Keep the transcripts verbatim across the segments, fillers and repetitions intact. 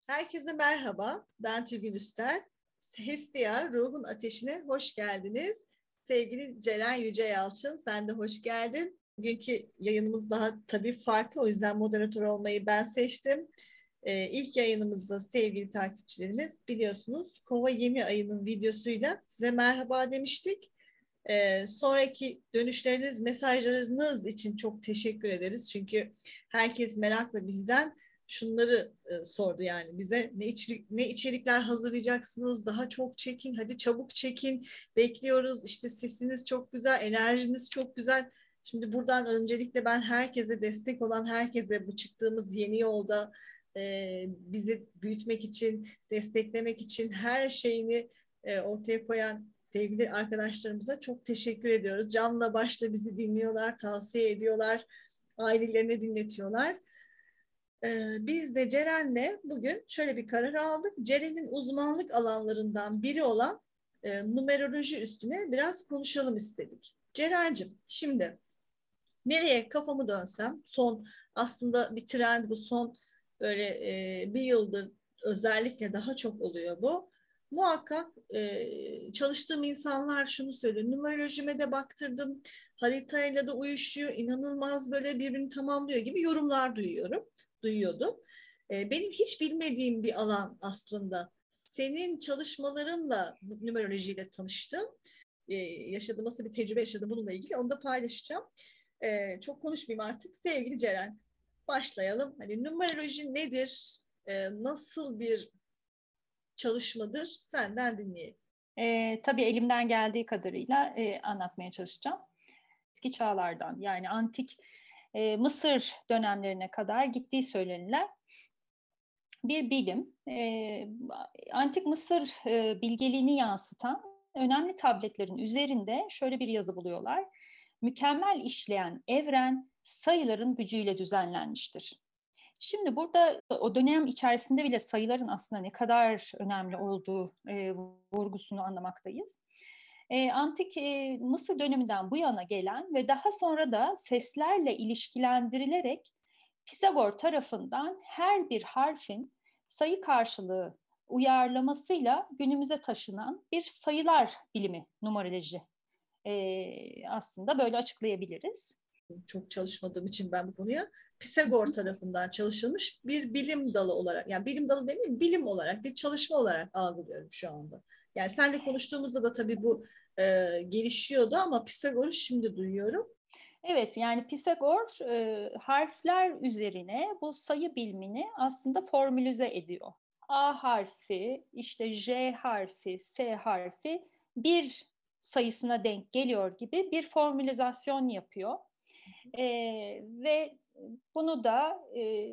Herkese merhaba, ben Tülgün Üstel. Hestia, Ruhun Ateşi'ne hoş geldiniz. Sevgili Ceren Yüce Yalçın, sen de hoş geldin. Bugünkü yayınımız daha tabii farklı, o yüzden moderatör olmayı ben seçtim. Ee, ilk yayınımızda sevgili takipçilerimiz biliyorsunuz Kova yeni ayının videosuyla size merhaba demiştik. Ee, sonraki dönüşleriniz, mesajlarınız için çok teşekkür ederiz. Çünkü herkes merakla bizden şunları e, sordu yani bize ne içerik, ne içerikler hazırlayacaksınız, daha çok çekin, hadi çabuk çekin, bekliyoruz, işte sesiniz çok güzel, enerjiniz çok güzel. Şimdi buradan öncelikle ben herkese, destek olan herkese, bu çıktığımız yeni yolda e, bizi büyütmek için, desteklemek için her şeyini e, ortaya koyan sevgili arkadaşlarımıza çok teşekkür ediyoruz. Canla başla bizi dinliyorlar, tavsiye ediyorlar, ailelerine dinletiyorlar. Ee, biz de Ceren'le bugün şöyle bir karar aldık. Ceren'in uzmanlık alanlarından biri olan e, numeroloji üstüne biraz konuşalım istedik. Ceren'cim, şimdi nereye kafamı dönsem, son aslında bir trend bu, son böyle e, bir yıldır özellikle daha çok oluyor bu. Muhakkak e, çalıştığım insanlar şunu söylüyor. Numerolojime de baktırdım, haritayla da uyuşuyor, inanılmaz böyle birbirini tamamlıyor gibi yorumlar duyuyorum, duyuyordum. E, benim hiç bilmediğim bir alan aslında. Senin çalışmalarınla numerolojiyle tanıştım. E, yaşadığım nasıl bir tecrübe yaşadım bununla ilgili onu da paylaşacağım. Ee, çok konuşmayayım artık. Sevgili Ceren, başlayalım. Hani numeroloji nedir? Ee, nasıl bir çalışmadır? Senden dinleyelim. E, tabii elimden geldiği kadarıyla e, anlatmaya çalışacağım. Eski çağlardan yani antik e, Mısır dönemlerine kadar gittiği söylenilen bir bilim. E, antik Mısır e, bilgeliğini yansıtan önemli tabletlerin üzerinde şöyle bir yazı buluyorlar. Mükemmel işleyen evren sayıların gücüyle düzenlenmiştir. Şimdi burada o dönem içerisinde bile sayıların aslında ne kadar önemli olduğu e, vurgusunu anlamaktayız. E, antik e, Mısır döneminden bu yana gelen ve daha sonra da seslerle ilişkilendirilerek Pisagor tarafından her bir harfin sayı karşılığı uyarlamasıyla günümüze taşınan bir sayılar bilimi numeroloji. E, aslında böyle açıklayabiliriz. Çok çalışmadığım için ben bu konuya Pisagor tarafından çalışılmış bir bilim dalı olarak, yani bilim dalı demeyeyim, bilim olarak, bir çalışma olarak algılıyorum şu anda. Yani seninle konuştuğumuzda da tabii bu e, gelişiyordu ama Pisagor'u şimdi duyuyorum. Evet, yani Pisagor e, harfler üzerine bu sayı bilimini aslında formülize ediyor. A harfi, işte J harfi, S harfi bir sayısına denk geliyor gibi bir formülizasyon yapıyor. E, ve bunu da e,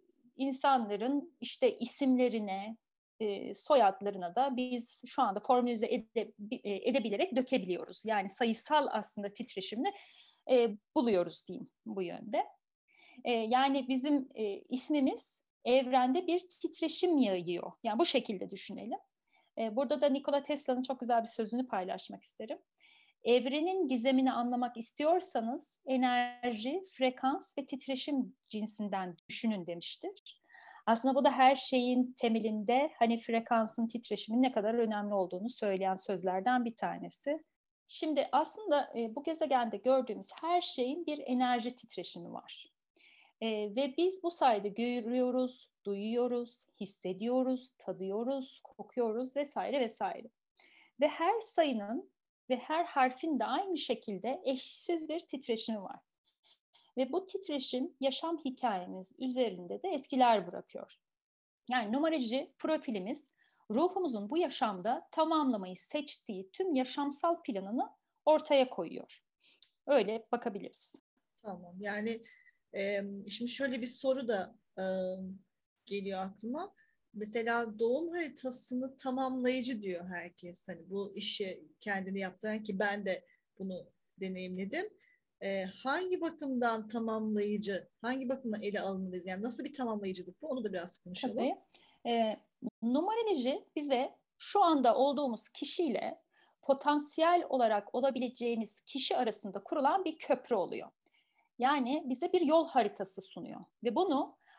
insanların işte isimlerine, e, soyadlarına da biz şu anda formülize ede, e, edebilerek dökebiliyoruz. Yani sayısal aslında titreşimini e, buluyoruz diyeyim bu yönde. E, yani bizim e, ismimiz evrende bir titreşim yayıyor. Yani bu şekilde düşünelim. E, burada da Nikola Tesla'nın çok güzel bir sözünü paylaşmak isterim. Evrenin gizemini anlamak istiyorsanız enerji, frekans ve titreşim cinsinden düşünün demiştir. Aslında bu da her şeyin temelinde hani frekansın, titreşimin ne kadar önemli olduğunu söyleyen sözlerden bir tanesi. Şimdi aslında e, bu gezegende gördüğümüz her şeyin bir enerji titreşimi var. E, ve biz bu sayede görüyoruz, duyuyoruz, hissediyoruz, tadıyoruz, kokuyoruz vesaire vesaire. Ve her sayının ve her harfin de aynı şekilde eşsiz bir titreşimi var. Ve bu titreşim yaşam hikayemiz üzerinde de etkiler bırakıyor. Yani numeroloji profilimiz ruhumuzun bu yaşamda tamamlamayı seçtiği tüm yaşamsal planını ortaya koyuyor. Öyle bakabiliriz. Tamam. Yani e, şimdi şöyle bir soru da e, geliyor aklıma. Mesela doğum haritasını tamamlayıcı diyor herkes. Hani bu işi kendini yaptıran, ki ben de bunu deneyimledim. E, hangi bakımdan tamamlayıcı, hangi bakımdan ele alınmalıyız? Yani nasıl bir tamamlayıcılık bu? Onu da biraz konuşalım. Tabii. E, numeroloji bize şu anda olduğumuz kişiyle potansiyel olarak olabileceğimiz kişi arasında kurulan bir köprü oluyor. Yani bize bir yol haritası sunuyor ve bunu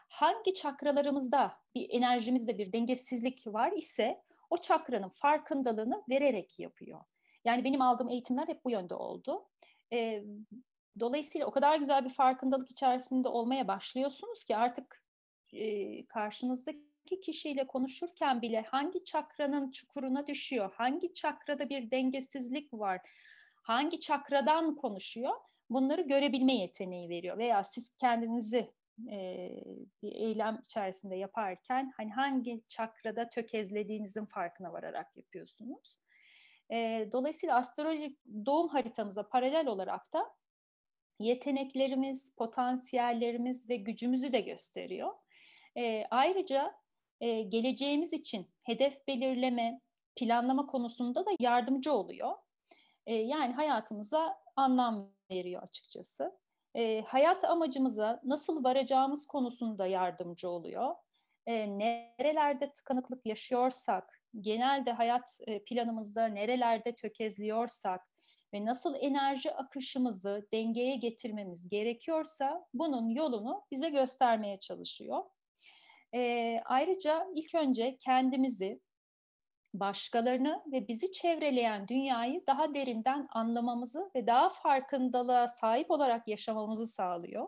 Hangi çakralarımızda bir enerjimizde bir dengesizlik var ise o çakranın farkındalığını vererek yapıyor. Yani benim aldığım eğitimler hep bu yönde oldu. Ee, dolayısıyla o kadar güzel bir farkındalık içerisinde olmaya başlıyorsunuz ki artık e, karşınızdaki kişiyle konuşurken bile hangi çakranın çukuruna düşüyor, hangi çakrada bir dengesizlik var, hangi çakradan konuşuyor, bunları görebilme yeteneği veriyor. Veya siz kendinizi e, bir eylem içerisinde yaparken hani hangi çakrada tökezlediğinizin farkına vararak yapıyorsunuz. E, dolayısıyla astrolojik doğum haritamıza paralel olarak da yeteneklerimiz, potansiyellerimiz ve gücümüzü de gösteriyor. E, ayrıca e, geleceğimiz için hedef belirleme, planlama konusunda da yardımcı oluyor. E, yani hayatımıza anlam veriyor açıkçası. E, hayat amacımıza nasıl varacağımız konusunda yardımcı oluyor. E, nerelerde tıkanıklık yaşıyorsak, genelde hayat e, planımızda nerelerde tökezliyorsak ve nasıl enerji akışımızı dengeye getirmemiz gerekiyorsa bunun yolunu bize göstermeye çalışıyor. E, ayrıca ilk önce kendimizi, başkalarını ve bizi çevreleyen dünyayı daha derinden anlamamızı ve daha farkındalığa sahip olarak yaşamamızı sağlıyor.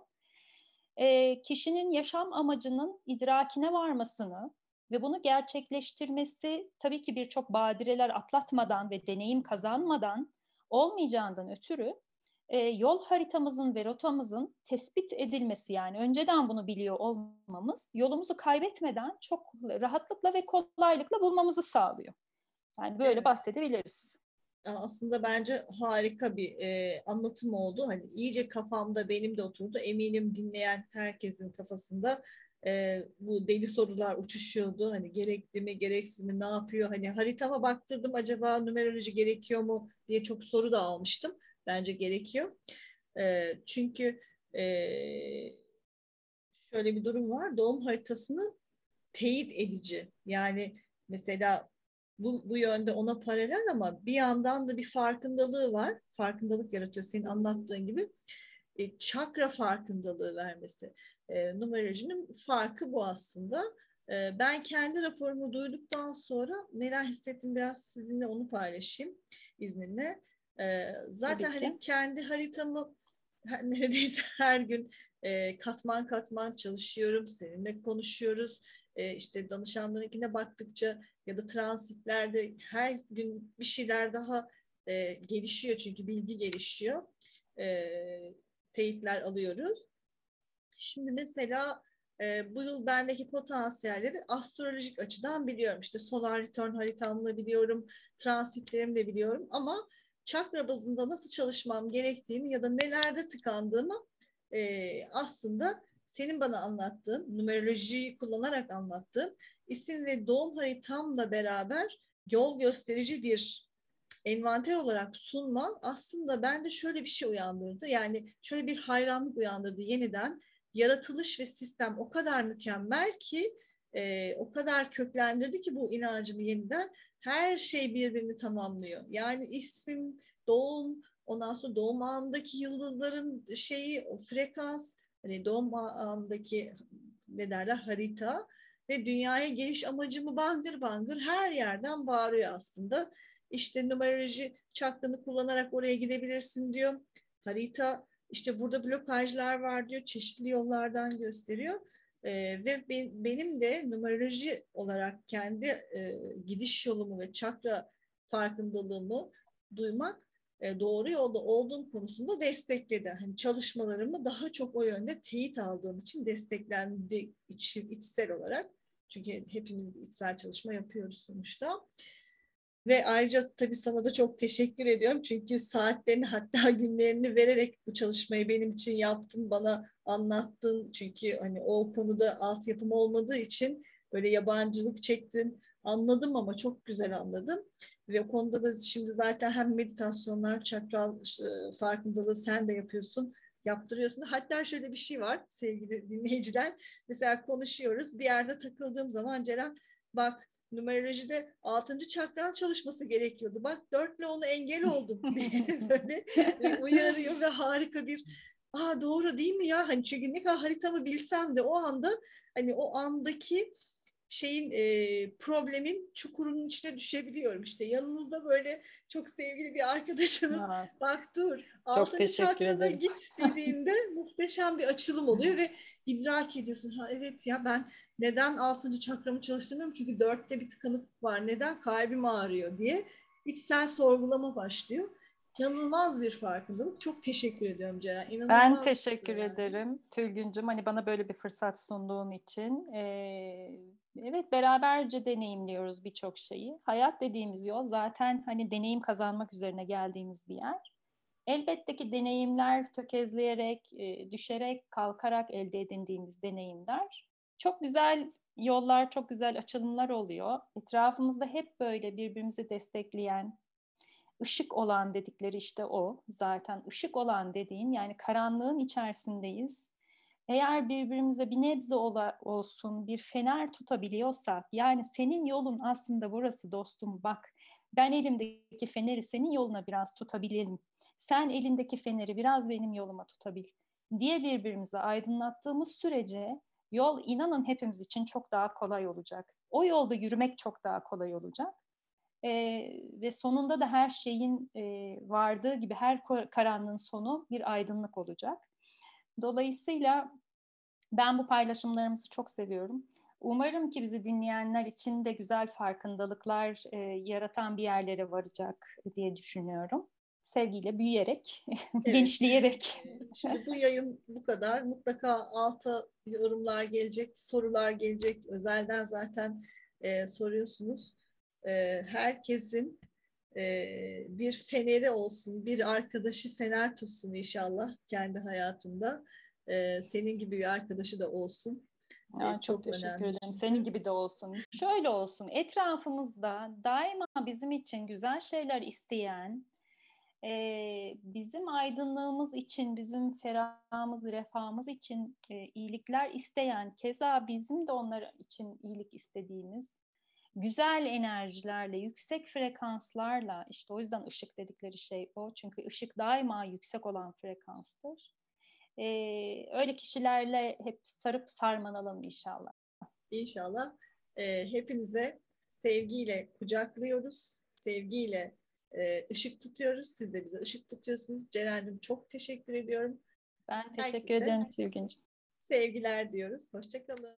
E, kişinin yaşam amacının idrakine varmasını ve bunu gerçekleştirmesi tabii ki birçok badireler atlatmadan ve deneyim kazanmadan olmayacağından ötürü e, yol haritamızın ve rotamızın tespit edilmesi, yani önceden bunu biliyor olmamız yolumuzu kaybetmeden çok rahatlıkla ve kolaylıkla bulmamızı sağlıyor. Yani böyle Evet. bahsedebiliriz. Aslında bence harika bir e, anlatım oldu. Hani iyice kafamda benim de oturdu. Eminim dinleyen herkesin kafasında e, bu deli sorular uçuşuyordu. Hani gerekli mi, gereksiz mi, ne yapıyor? Hani haritama baktırdım, acaba numeroloji gerekiyor mu diye çok soru da almıştım. Bence gerekiyor. E, çünkü e, şöyle bir durum var. Doğum haritasını teyit edici. Yani mesela bu, bu yönde ona paralel ama bir yandan da bir farkındalığı var. Farkındalık yaratıyor senin anlattığın gibi. E, çakra farkındalığı vermesi. E, numerolojinin farkı bu aslında. E, ben kendi raporumu duyduktan sonra neler hissettim biraz sizinle onu paylaşayım izninle. E, zaten Tabii hani ki. kendi haritamı neredeyse her gün e, katman katman çalışıyorum. Seninle konuşuyoruz. E, işte danışanlarınkine baktıkça ya da transitlerde her gün bir şeyler daha e, gelişiyor çünkü bilgi gelişiyor. E, teyitler alıyoruz. Şimdi mesela e, bu yıl bendeki potansiyelleri astrolojik açıdan biliyorum. İşte solar return haritamla biliyorum, transitlerimle biliyorum ama çakra bazında nasıl çalışmam gerektiğini ya da nelerde tıkandığımı e, aslında senin bana anlattığın, numerolojiyi kullanarak anlattığın isim ve doğum haritamla beraber yol gösterici bir envanter olarak sunman aslında bende şöyle bir şey uyandırdı. Yani şöyle bir hayranlık uyandırdı yeniden. Yaratılış ve sistem o kadar mükemmel ki e, o kadar köklendirdi ki bu inancımı yeniden. Her şey birbirini tamamlıyor. Yani isim, doğum, ondan sonra doğum anındaki yıldızların şeyi, o frekans, hani doğum anındaki ne derler harita ve dünyaya geliş amacımı bangır bangır her yerden bağırıyor aslında. İşte numeroloji çakranı kullanarak oraya gidebilirsin diyor. Harita işte burada blokajlar var diyor. Çeşitli yollardan gösteriyor. Ee, ve be, benim de numeroloji olarak kendi e, gidiş yolumu ve çakra farkındalığımı duymak e, doğru yolda olduğum konusunda destekledi. Hani çalışmalarımı daha çok o yönde teyit aldığım için desteklendi için içsel olarak. Çünkü hepimiz bir içsel çalışma yapıyoruz sonuçta. Ve ayrıca tabii sana da çok teşekkür ediyorum. Çünkü saatlerini hatta günlerini vererek bu çalışmayı benim için yaptın, bana anlattın. Çünkü hani o konuda altyapım olmadığı için böyle yabancılık çektin. Anladım ama çok güzel anladım. Ve o konuda da şimdi zaten hem meditasyonlar, çakral e, farkındalığı sen de yapıyorsun, yaptırıyorsun. Hatta şöyle bir şey var sevgili dinleyiciler. Mesela konuşuyoruz. Bir yerde takıldığım zaman Ceren bak numerolojide altıncı çakran çalışması gerekiyordu. Bak dörtle onu engel oldun diye böyle uyarıyor ve harika bir aa doğru değil mi ya? Hani çünkü ne kadar haritamı bilsem de o anda hani o andaki şeyin e, problemin çukurunun içine düşebiliyorum. İşte yanınızda böyle çok sevgili bir arkadaşınız Ha, bak dur çok altıncı teşekkür çakrana ederim. git dediğinde muhteşem bir açılım oluyor ve idrak ediyorsun. Ha evet ya ben neden altıncı çakramı çalıştırmıyorum? Çünkü dörtte bir tıkanık var. Neden? Kalbim ağrıyor diye içsel sorgulama başlıyor. İnanılmaz bir farkındalık. Çok teşekkür ediyorum Ceren. Ben İnanılmaz teşekkür yani. ederim Tülgüncüm, hani bana böyle bir fırsat sunduğun için. Ee, evet, beraberce deneyimliyoruz birçok şeyi. Hayat dediğimiz yol zaten hani deneyim kazanmak üzerine geldiğimiz bir yer. Elbette ki deneyimler tökezleyerek, e, düşerek, kalkarak elde edindiğimiz deneyimler. Çok güzel yollar, çok güzel açılımlar oluyor. Etrafımızda hep böyle birbirimizi destekleyen, ışık olan dedikleri işte o. Zaten ışık olan dediğin, yani karanlığın içerisindeyiz. Eğer birbirimize bir nebze ola, olsun bir fener tutabiliyorsak, yani senin yolun aslında burası dostum bak, ben elimdeki feneri senin yoluna biraz tutabilelim, sen elindeki feneri biraz benim yoluma tutabil diye birbirimize aydınlattığımız sürece yol, inanın, hepimiz için çok daha kolay olacak. O yolda yürümek çok daha kolay olacak. Ee, ve sonunda da her şeyin e, vardığı gibi her karanlığın sonu bir aydınlık olacak. Dolayısıyla ben bu paylaşımlarımızı çok seviyorum. Umarım ki bizi dinleyenler için de güzel farkındalıklar e, yaratan bir yerlere varacak diye düşünüyorum. Sevgiyle büyüyerek, Evet. genişleyerek. Şimdi bu yayın bu kadar. Mutlaka alta yorumlar gelecek, sorular gelecek. Özelden zaten e, soruyorsunuz. E, herkesin e, bir feneri olsun, bir arkadaşı fener tutsun inşallah kendi hayatında. E, senin gibi bir arkadaşı da olsun. E, Ya, çok çok teşekkür önemli ederim. Senin çünkü. gibi de olsun. Şöyle olsun, etrafımızda daima bizim için güzel şeyler isteyen, e, bizim aydınlığımız için, bizim ferahımız, refahımız için e, iyilikler isteyen, keza bizim de onlar için iyilik istediğimiz güzel enerjilerle, yüksek frekanslarla, işte o yüzden ışık dedikleri şey o. Çünkü ışık daima yüksek olan frekanstır. E, öyle kişilerle hep sarıp sarmalalım inşallah. İnşallah e, hepinize sevgiyle kucaklıyoruz. Sevgiyle e, ışık tutuyoruz. Siz de bize ışık tutuyorsunuz. Ceren'cim çok teşekkür ediyorum. Ben teşekkür Herkese ederim Tülgüncüm. sevgiler diyoruz. Hoşça kalın.